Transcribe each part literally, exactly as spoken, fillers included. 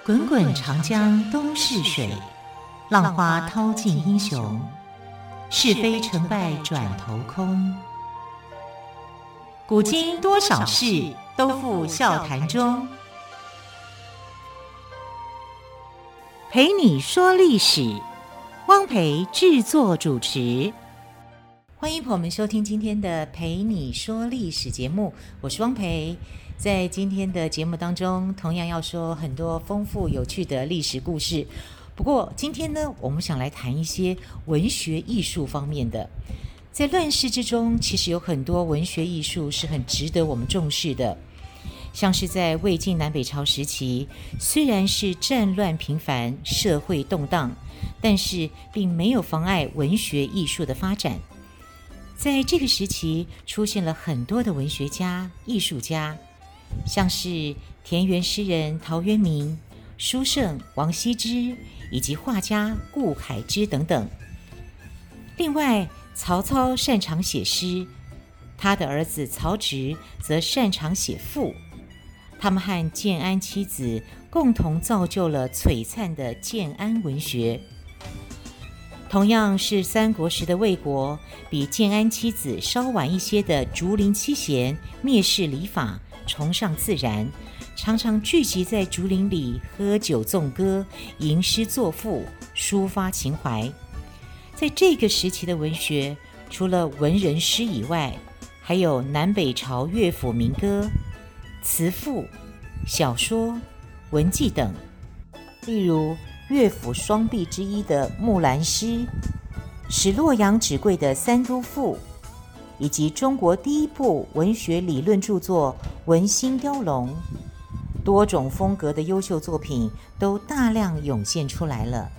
滚滚长江东逝水，浪花淘尽英雄。是非成败转头空。古今多少事，都付笑谈中。陪你说历史，汪培制作主持。欢迎朋友们收听今天的陪你说历史节目，我是汪培。在今天的节目当中，同样要说很多丰富有趣的历史故事。不过今天呢，我们想来谈一些文学艺术方面的。在乱世之中，其实有很多文学艺术是很值得我们重视的。像是在魏晋南北朝时期，虽然是战乱频繁，社会动荡，但是并没有妨碍文学艺术的发展。在这个时期，出现了很多的文学家、艺术家，像是田园诗人陶渊明、书圣王羲之以及画家顾恺之等等。另外，曹操擅长写诗，他的儿子曹植则擅长写赋。他们和建安七子共同造就了璀璨的建安文学。同样是三国时的魏国，比建安七子稍晚一些的竹林七贤蔑视礼法，崇尚自然，常常聚集在竹林里喝酒纵歌，吟诗作赋，抒发情怀。在这个时期的文学，除了文人诗以外，还有南北朝乐府民歌、词赋、小说、文记等。例如乐府双璧之一的木兰诗，使洛阳纸贵的三都赋，以及中国第一部文学理论著作《文心雕龙》，多种风格的优秀作品都大量涌现出来了。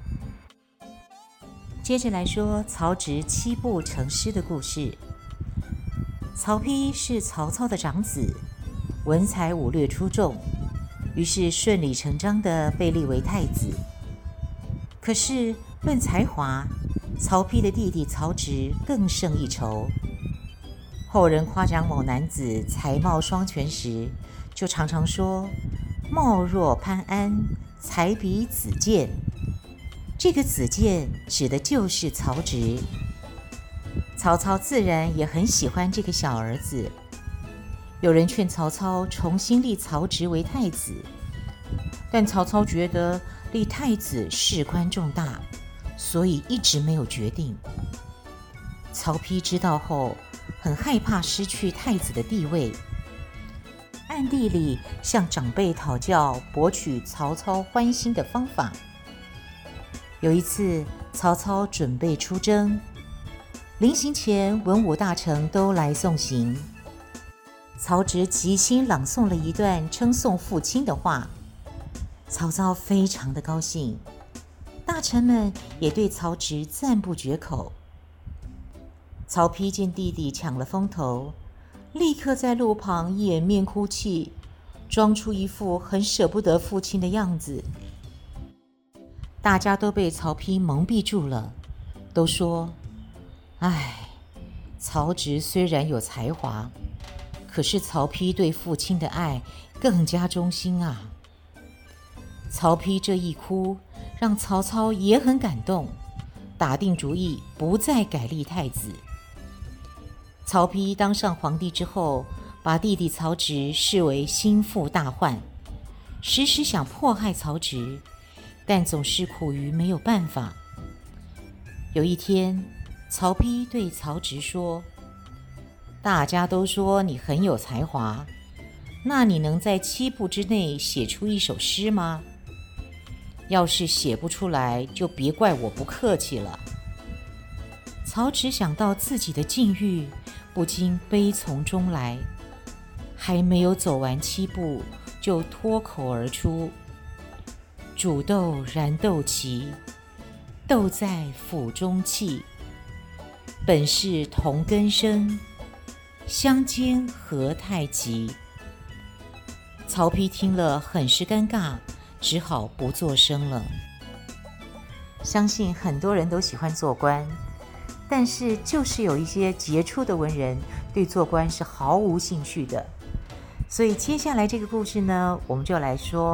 接着来说曹植七步成诗的故事。曹丕是曹操的长子，文才武略出众，于是顺理成章地被立为太子。可是论才华，曹丕的弟弟曹植更胜一筹。后人夸奖某男子才貌双全时，就常常说貌若潘安，才比子建。这个子建指的就是曹植。曹操自然也很喜欢这个小儿子。有人劝曹操重新立曹植为太子，但曹操觉得立太子事关重大，所以一直没有决定。曹丕知道后，很害怕失去太子的地位，暗地里向长辈讨教博取曹操欢心的方法。有一次，曹操准备出征，临行前文武大臣都来送行。曹植即兴朗诵了一段称颂父亲的话，曹操非常的高兴，大臣们也对曹植赞不绝口。曹丕见弟弟抢了风头，立刻在路旁掩面哭泣，装出一副很舍不得父亲的样子。大家都被曹丕蒙蔽住了，都说：唉，曹植虽然有才华，可是曹丕对父亲的爱更加忠心啊。曹丕这一哭，让曹操也很感动，打定主意不再改立太子。曹丕当上皇帝之后，把弟弟曹植视为心腹大患，时时想迫害曹植，但总是苦于没有办法。有一天，曹丕对曹植说：大家都说你很有才华，那你能在七步之内写出一首诗吗？要是写不出来，就别怪我不客气了。曹植想到自己的境遇，不禁悲从中来，还没有走完七步，就脱口而出：煮豆燃豆萁，豆在釜中泣。本是同根生，相煎何太急。曹丕听了很是尴尬，只好不作声了。相信很多人都喜欢做官，但是就是有一些杰出的文人对做官是毫无兴趣的。所以接下来这个故事呢，我们就来说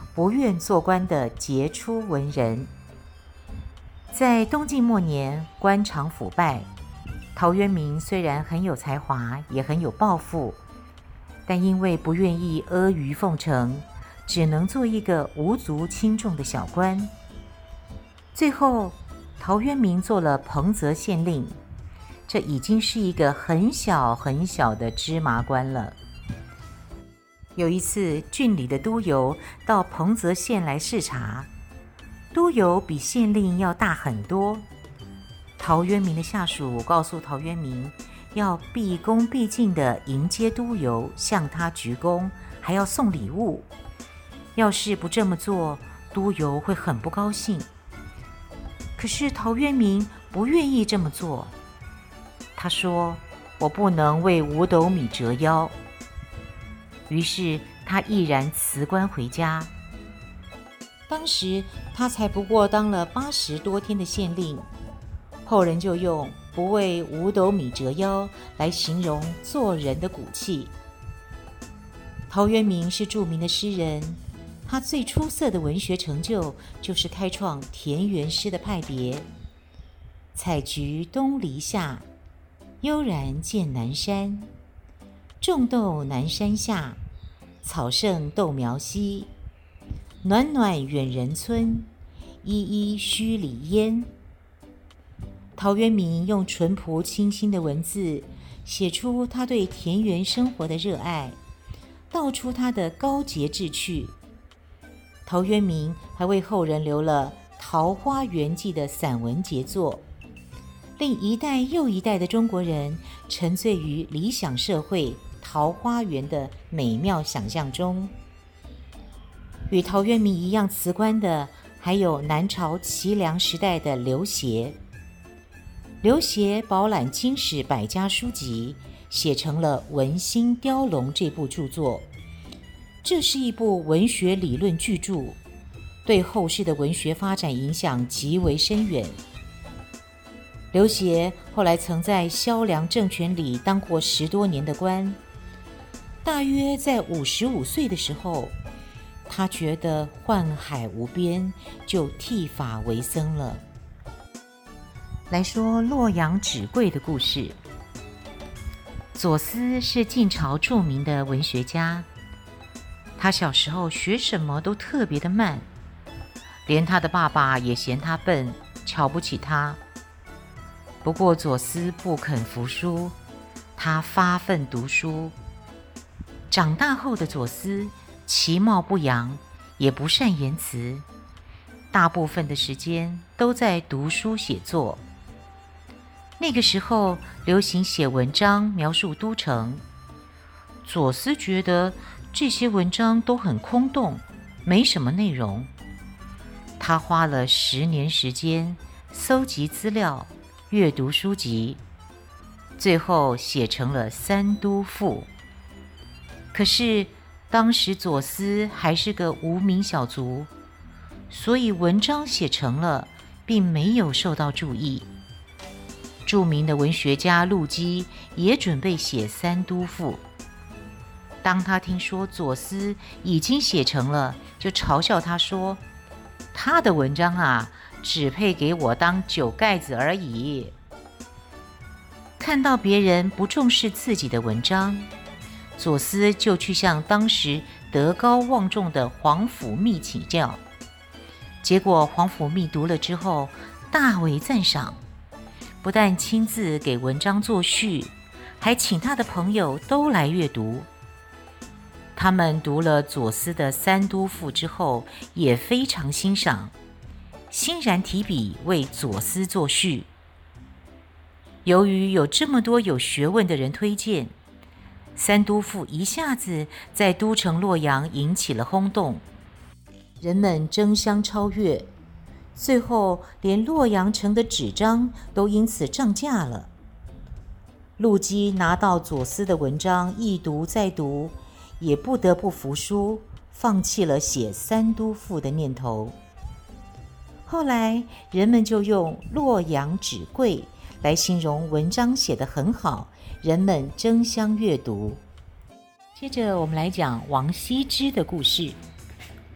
不愿做官的杰出文人。在东晋末年，官场腐败，陶渊明虽然很有才华，也很有抱负，但因为不愿意阿谀奉承，只能做一个无足轻重的小官。最后，陶渊明做了彭泽县令，这已经是一个很小很小的芝麻官了。有一次，郡里的督邮到彭泽县来视察，督邮比县令要大很多。陶渊明的下属告诉陶渊明，要毕恭毕敬地迎接督邮，向他鞠躬，还要送礼物。要是不这么做，督邮会很不高兴。可是陶渊明不愿意这么做，他说：“我不能为五斗米折腰。”于是他毅然辞官回家。当时他才不过当了八十多天的县令，后人就用“不为五斗米折腰”来形容做人的骨气。陶渊明是著名的诗人，他最出色的文学成就就是开创田园诗的派别。采菊东篱下，悠然见南山。种豆南山下，草盛豆苗稀。暖暖远人村，依依墟里烟。陶渊明用淳朴清新的文字，写出他对田园生活的热爱，道出他的高洁志趣。陶渊明还为后人留了《桃花源记》的散文杰作，令一代又一代的中国人沉醉于理想社会桃花源的美妙想象中。与陶渊明一样辞官的，还有南朝齐梁时代的刘勰。刘勰饱览经史百家书籍，写成了《文心雕龙》这部著作。这是一部文学理论巨著，对后世的文学发展影响极为深远。刘勰后来曾在萧梁政权里当过十多年的官，大约在五十五岁的时候，他觉得宦海无边，就剃发为僧了。来说洛阳纸贵的故事。左思是晋朝著名的文学家，他小时候学什么都特别的慢，连他的爸爸也嫌他笨，瞧不起他。不过左思不肯服输，他发奋读书。长大后的左思其貌不扬，也不善言辞，大部分的时间都在读书写作。那个时候流行写文章描述都城，左思觉得这些文章都很空洞，没什么内容。他花了十年时间搜集资料，阅读书籍，最后写成了《三都赋》。可是当时左思还是个无名小卒，所以文章写成了，并没有受到注意。著名的文学家陆机也准备写《三都赋》，当他听说左思已经写成了，就嘲笑他说：“他的文章啊，只配给我当酒盖子而已。”看到别人不重视自己的文章，左思就去向当时德高望重的皇甫谧请教。结果皇甫谧读了之后大为赞赏，不但亲自给文章作序，还请他的朋友都来阅读。他们读了左思的《三都赋》之后，也非常欣赏，欣然提笔为左思作序。由于有这么多有学问的人推荐，《三都赋》一下子在都城洛阳引起了轰动，人们争相超越，最后连洛阳城的纸张都因此涨价了。陆机拿到左思的文章一读再读，也不得不服输，放弃了写《三都赋》的念头。后来人们就用洛阳纸贵来形容文章写得很好，人们争相阅读。接着我们来讲王羲之的故事。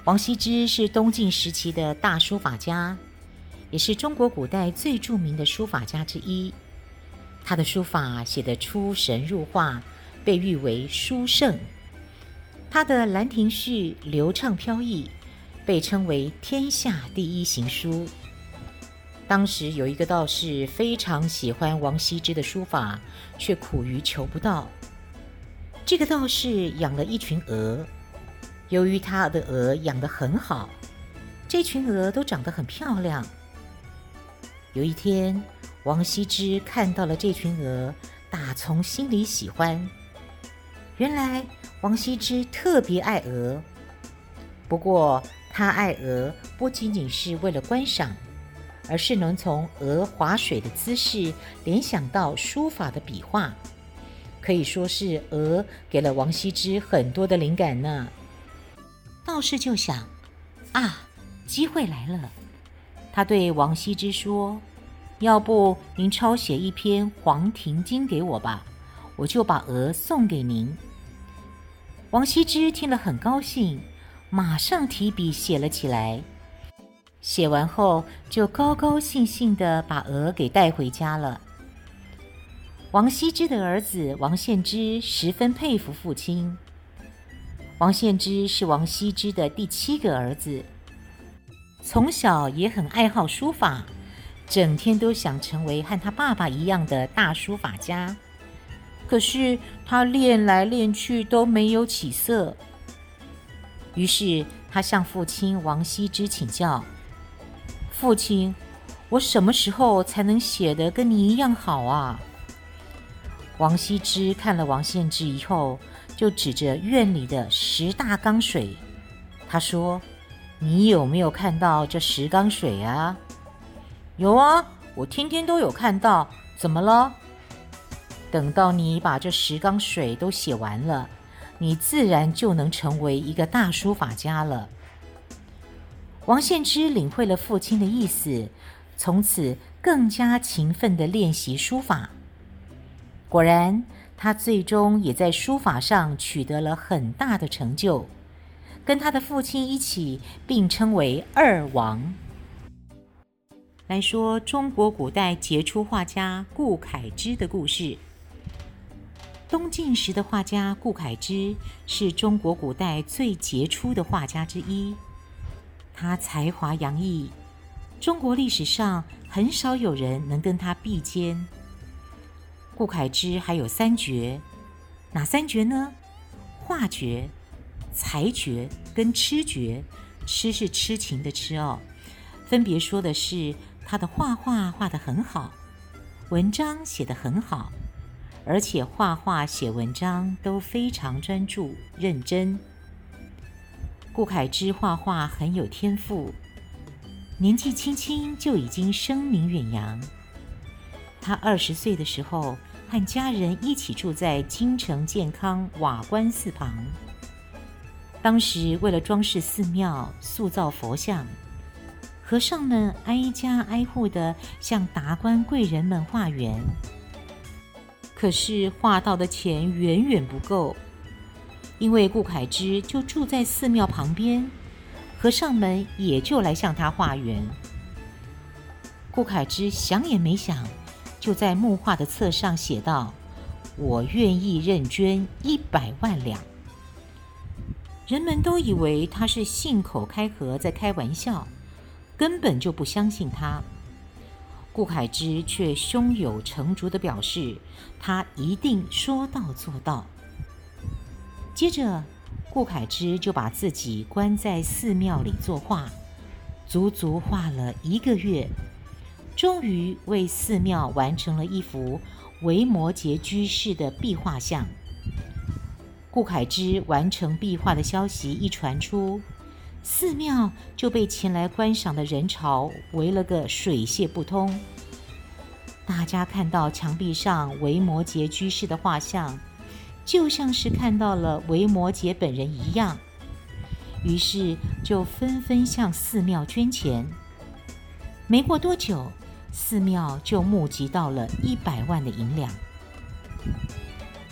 王羲之是东晋时期的大书法家，也是中国古代最著名的书法家之一。他的书法写得出神入化，被誉为书圣。他的《兰亭序》流畅飘逸，被称为天下第一行书。当时有一个道士非常喜欢王羲之的书法，却苦于求不到。这个道士养了一群鹅，由于他的鹅养得很好，这群鹅都长得很漂亮。有一天，王羲之看到了这群鹅，打从心里喜欢。原来王羲之特别爱鹅，不过他爱鹅不仅仅是为了观赏，而是能从鹅划水的姿势联想到书法的笔画，可以说是鹅给了王羲之很多的灵感呢。道士就想，啊，机会来了。他对王羲之说，要不您抄写一篇《黄庭经》给我吧，我就把鹅送给您。王羲之听了很高兴，马上提笔写了起来。写完后就高高兴兴地把鹅给带回家了。王羲之的儿子王献之十分佩服父亲。王献之是王羲之的第七个儿子，从小也很爱好书法，整天都想成为和他爸爸一样的大书法家。可是他练来练去都没有起色，于是他向父亲王羲之请教，父亲，我什么时候才能写得跟你一样好啊？王羲之看了王献之以后，就指着院里的十大缸水，他说，你有没有看到这十缸水啊？有啊，我天天都有看到，怎么了？等到你把这十缸水都写完了，你自然就能成为一个大书法家了。王献之领会了父亲的意思，从此更加勤奋地练习书法。果然，他最终也在书法上取得了很大的成就，跟他的父亲一起并称为二王。来说中国古代杰出画家顾恺之的故事。东晋时的画家顾恺之是中国古代最杰出的画家之一，他才华洋溢，中国历史上很少有人能跟他比肩。顾恺之还有三绝，哪三绝呢？画绝、才绝跟痴绝。痴是痴情的痴哦，分别说的是他的画画画得很好，文章写得很好，而且画画写文章都非常专注认真。顾恺之画画很有天赋，年纪轻轻就已经声名远扬。他二十岁的时候，和家人一起住在京城健康瓦官寺旁。当时为了装饰寺庙、塑造佛像，和尚们挨家挨户地向达官贵人们化缘。可是画到的钱远远不够，因为顾恺之就住在寺庙旁边，和尚们也就来向他化缘。顾恺之想也没想，就在木画的册上写道：“我愿意认捐一百万两。”人们都以为他是信口开河在开玩笑，根本就不相信他。顾恺之却胸有成竹地表示，他一定说到做到。接着，顾恺之就把自己关在寺庙里作画，足足画了一个月，终于为寺庙完成了一幅维摩诘居士的壁画像。顾恺之完成壁画的消息一传出，寺庙就被前来观赏的人潮围了个水泄不通。大家看到墙壁上维摩诘居士的画像，就像是看到了维摩诘本人一样，于是就纷纷向寺庙捐钱。没过多久，寺庙就募集到了一百万的银两。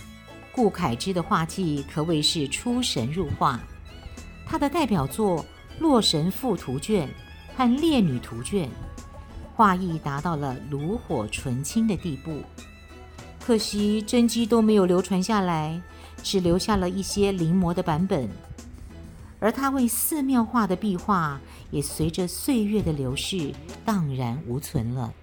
顾恺之的画技可谓是出神入化，他的代表作《 洛神赋图卷和烈女图卷，画艺达到了炉火纯青的地步。可惜真迹都没有流传下来，只留下了一些临摹的版本。而他为寺庙画的壁画，也随着岁月的流逝荡然无存了。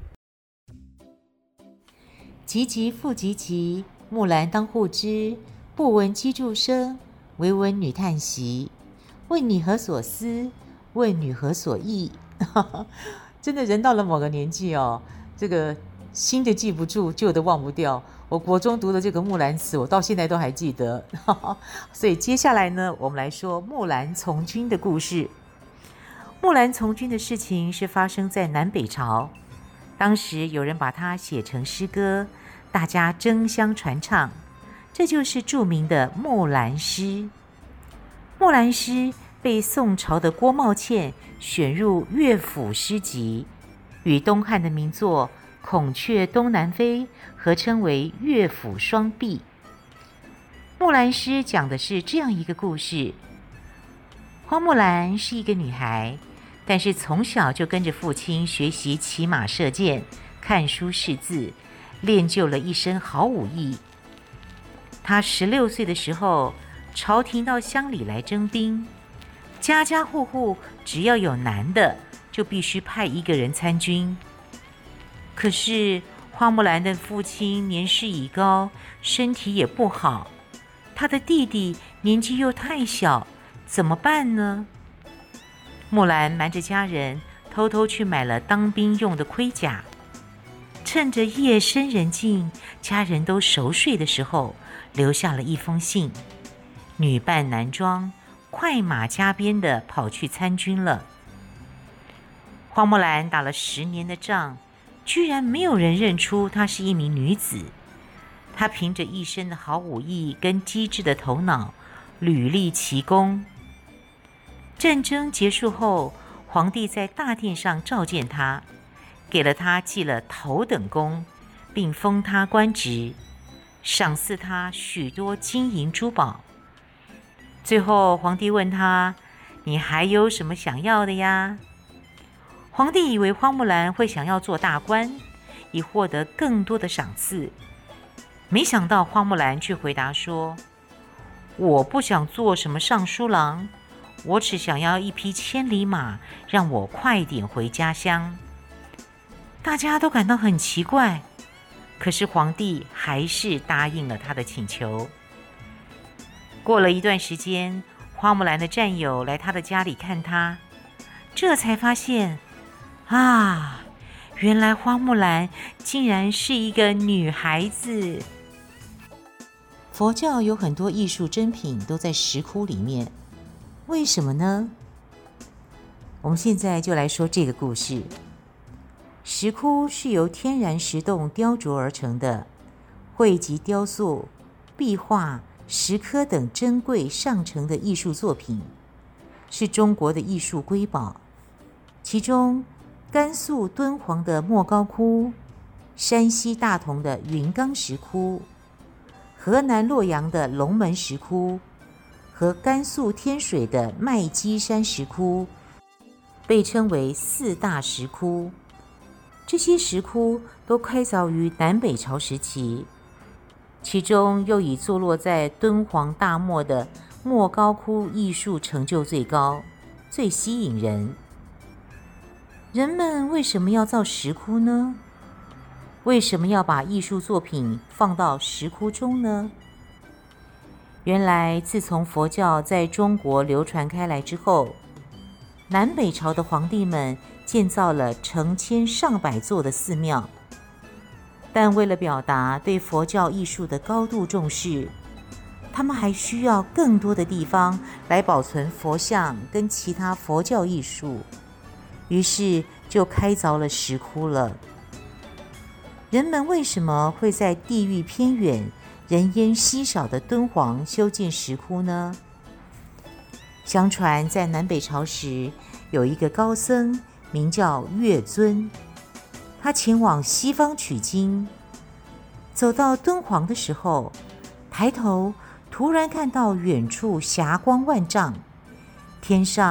急急复急急，木兰当户织，不闻机杼声，惟闻女叹息。问你何所思？问女何所忆？真的，人到了某个年纪哦，这个新的记不住，旧的忘不掉。我国中读的这个《木兰辞》，我到现在都还记得。所以接下来呢，我们来说木兰从军的故事。木兰从军的事情是发生在南北朝，当时有人把它写成诗歌，大家争相传唱，这就是著名的《木兰诗》。木兰诗被宋朝的郭茂倩选入乐府诗集，与东汉的名作《孔雀东南飞》合称为乐府双璧。木兰诗讲的是这样一个故事：花木兰是一个女孩，但是从小就跟着父亲学习骑马射箭、看书识字，练就了一身好武艺。她十六岁的时候，朝廷到乡里来征兵，家家户户只要有男的，就必须派一个人参军。可是花木兰的父亲年事已高，身体也不好，他的弟弟年纪又太小，怎么办呢？木兰瞒着家人，偷偷去买了当兵用的盔甲，趁着夜深人静，家人都熟睡的时候，留下了一封信，女扮男装，快马加鞭地跑去参军了。花木兰打了十年的仗，居然没有人认出她是一名女子。她凭着一身的好武艺跟机智的头脑，屡立奇功。战争结束后，皇帝在大殿上召见她，给了她记了头等功，并封她官职，赏赐她许多金银珠宝。最后皇帝问她：你还有什么想要的呀？皇帝以为花木兰会想要做大官，以获得更多的赏赐，没想到花木兰却回答说：我不想做什么尚书郎，我只想要一匹千里马，让我快点回家乡。大家都感到很奇怪，可是皇帝还是答应了他的请求。过了一段时间，花木兰的战友来他的家里看他，这才发现啊，原来花木兰竟然是一个女孩子。佛教有很多艺术珍品都在石窟里面，为什么呢？我们现在就来说这个故事。石窟是由天然石洞雕琢而成的，汇集雕塑、壁画、石刻等珍贵上乘的艺术作品，是中国的艺术瑰宝。其中甘肃敦煌的莫高窟、山西大同的云冈石窟、河南洛阳的龙门石窟和甘肃天水的麦积山石窟被称为四大石窟。这些石窟都开凿于南北朝时期，其中又以坐落在敦煌大漠的莫高窟艺术成就最高，最吸引人。人们为什么要造石窟呢？为什么要把艺术作品放到石窟中呢？原来自从佛教在中国流传开来之后，南北朝的皇帝们建造了成千上百座的寺庙，但为了表达对佛教艺术的高度重视，他们还需要更多的地方来保存佛像跟其他佛教艺术，于是就开凿了石窟了。人们为什么会在地域偏远、人烟稀少的敦煌修建石窟呢？相传在南北朝时，有一个高僧名叫月尊，他前往西方取经，走到敦煌的时候，抬头突然看到远处霞光万丈，天上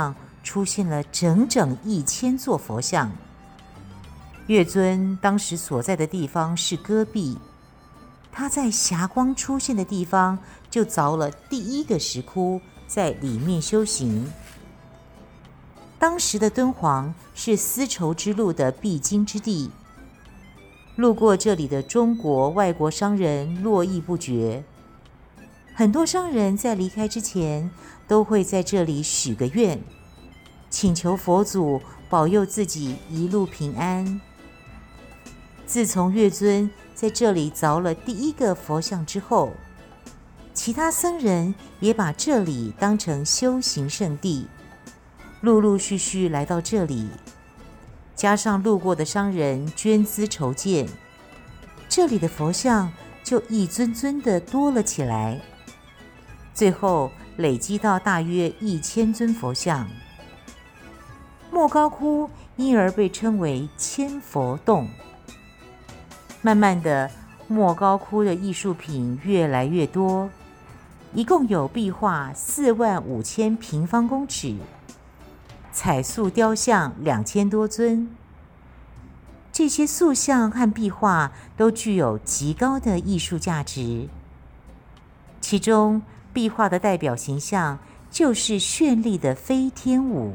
出现了整整一千座佛像。月尊当时所在的地方是戈壁，他在霞光出现的地方就凿了第一个石窟，在里面修行。当时的敦煌是丝绸之路的必经之地，路过这里的中国外国商人络绎不绝。很多商人在离开之前都会在这里许个愿，请求佛祖保佑自己一路平安。自从月尊在这里凿了第一个佛像之后，其他僧人也把这里当成修行圣地，陆陆续续来到这里，加上路过的商人捐资筹建，这里的佛像就一尊尊的多了起来，最后累积到大约一千尊佛像。莫高窟因而被称为千佛洞。慢慢的，莫高窟的艺术品越来越多，一共有壁画四万五千平方公尺，彩塑雕像两千多尊。这些塑像和壁画都具有极高的艺术价值。其中，壁画的代表形象就是绚丽的飞天舞。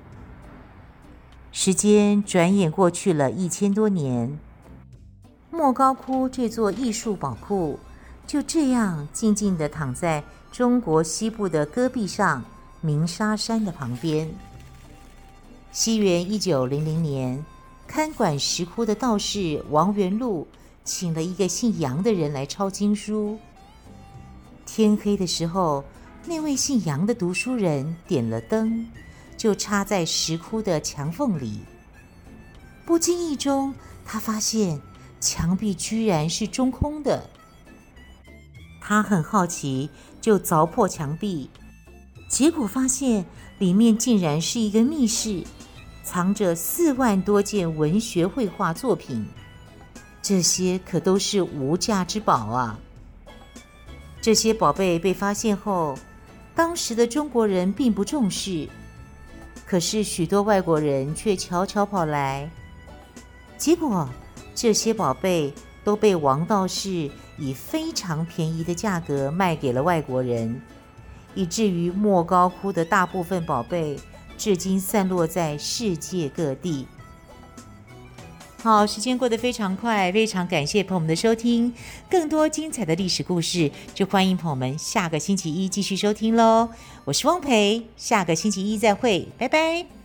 时间转眼过去了一千多年，莫高窟这座艺术宝库就这样静静地躺在中国西部的戈壁上鸣沙山的旁边。西元一九零零年，看管石窟的道士王元禄请了一个姓杨的人来抄经书。天黑的时候，那位姓杨的读书人点了灯，就插在石窟的墙缝里。不经意中，他发现墙壁居然是中空的。他很好奇，就凿破墙壁，结果发现里面竟然是一个密室，藏着四万多件文学绘画作品，这些可都是无价之宝啊！这些宝贝被发现后，当时的中国人并不重视，可是许多外国人却悄悄跑来，结果这些宝贝都被王道士以非常便宜的价格卖给了外国人，以至于莫高窟的大部分宝贝至今散落在世界各地。好，时间过得非常快，非常感谢朋友们的收听。更多精彩的历史故事，就欢迎朋友们下个星期一继续收听咯。我是汪培，下个星期一再会，拜拜。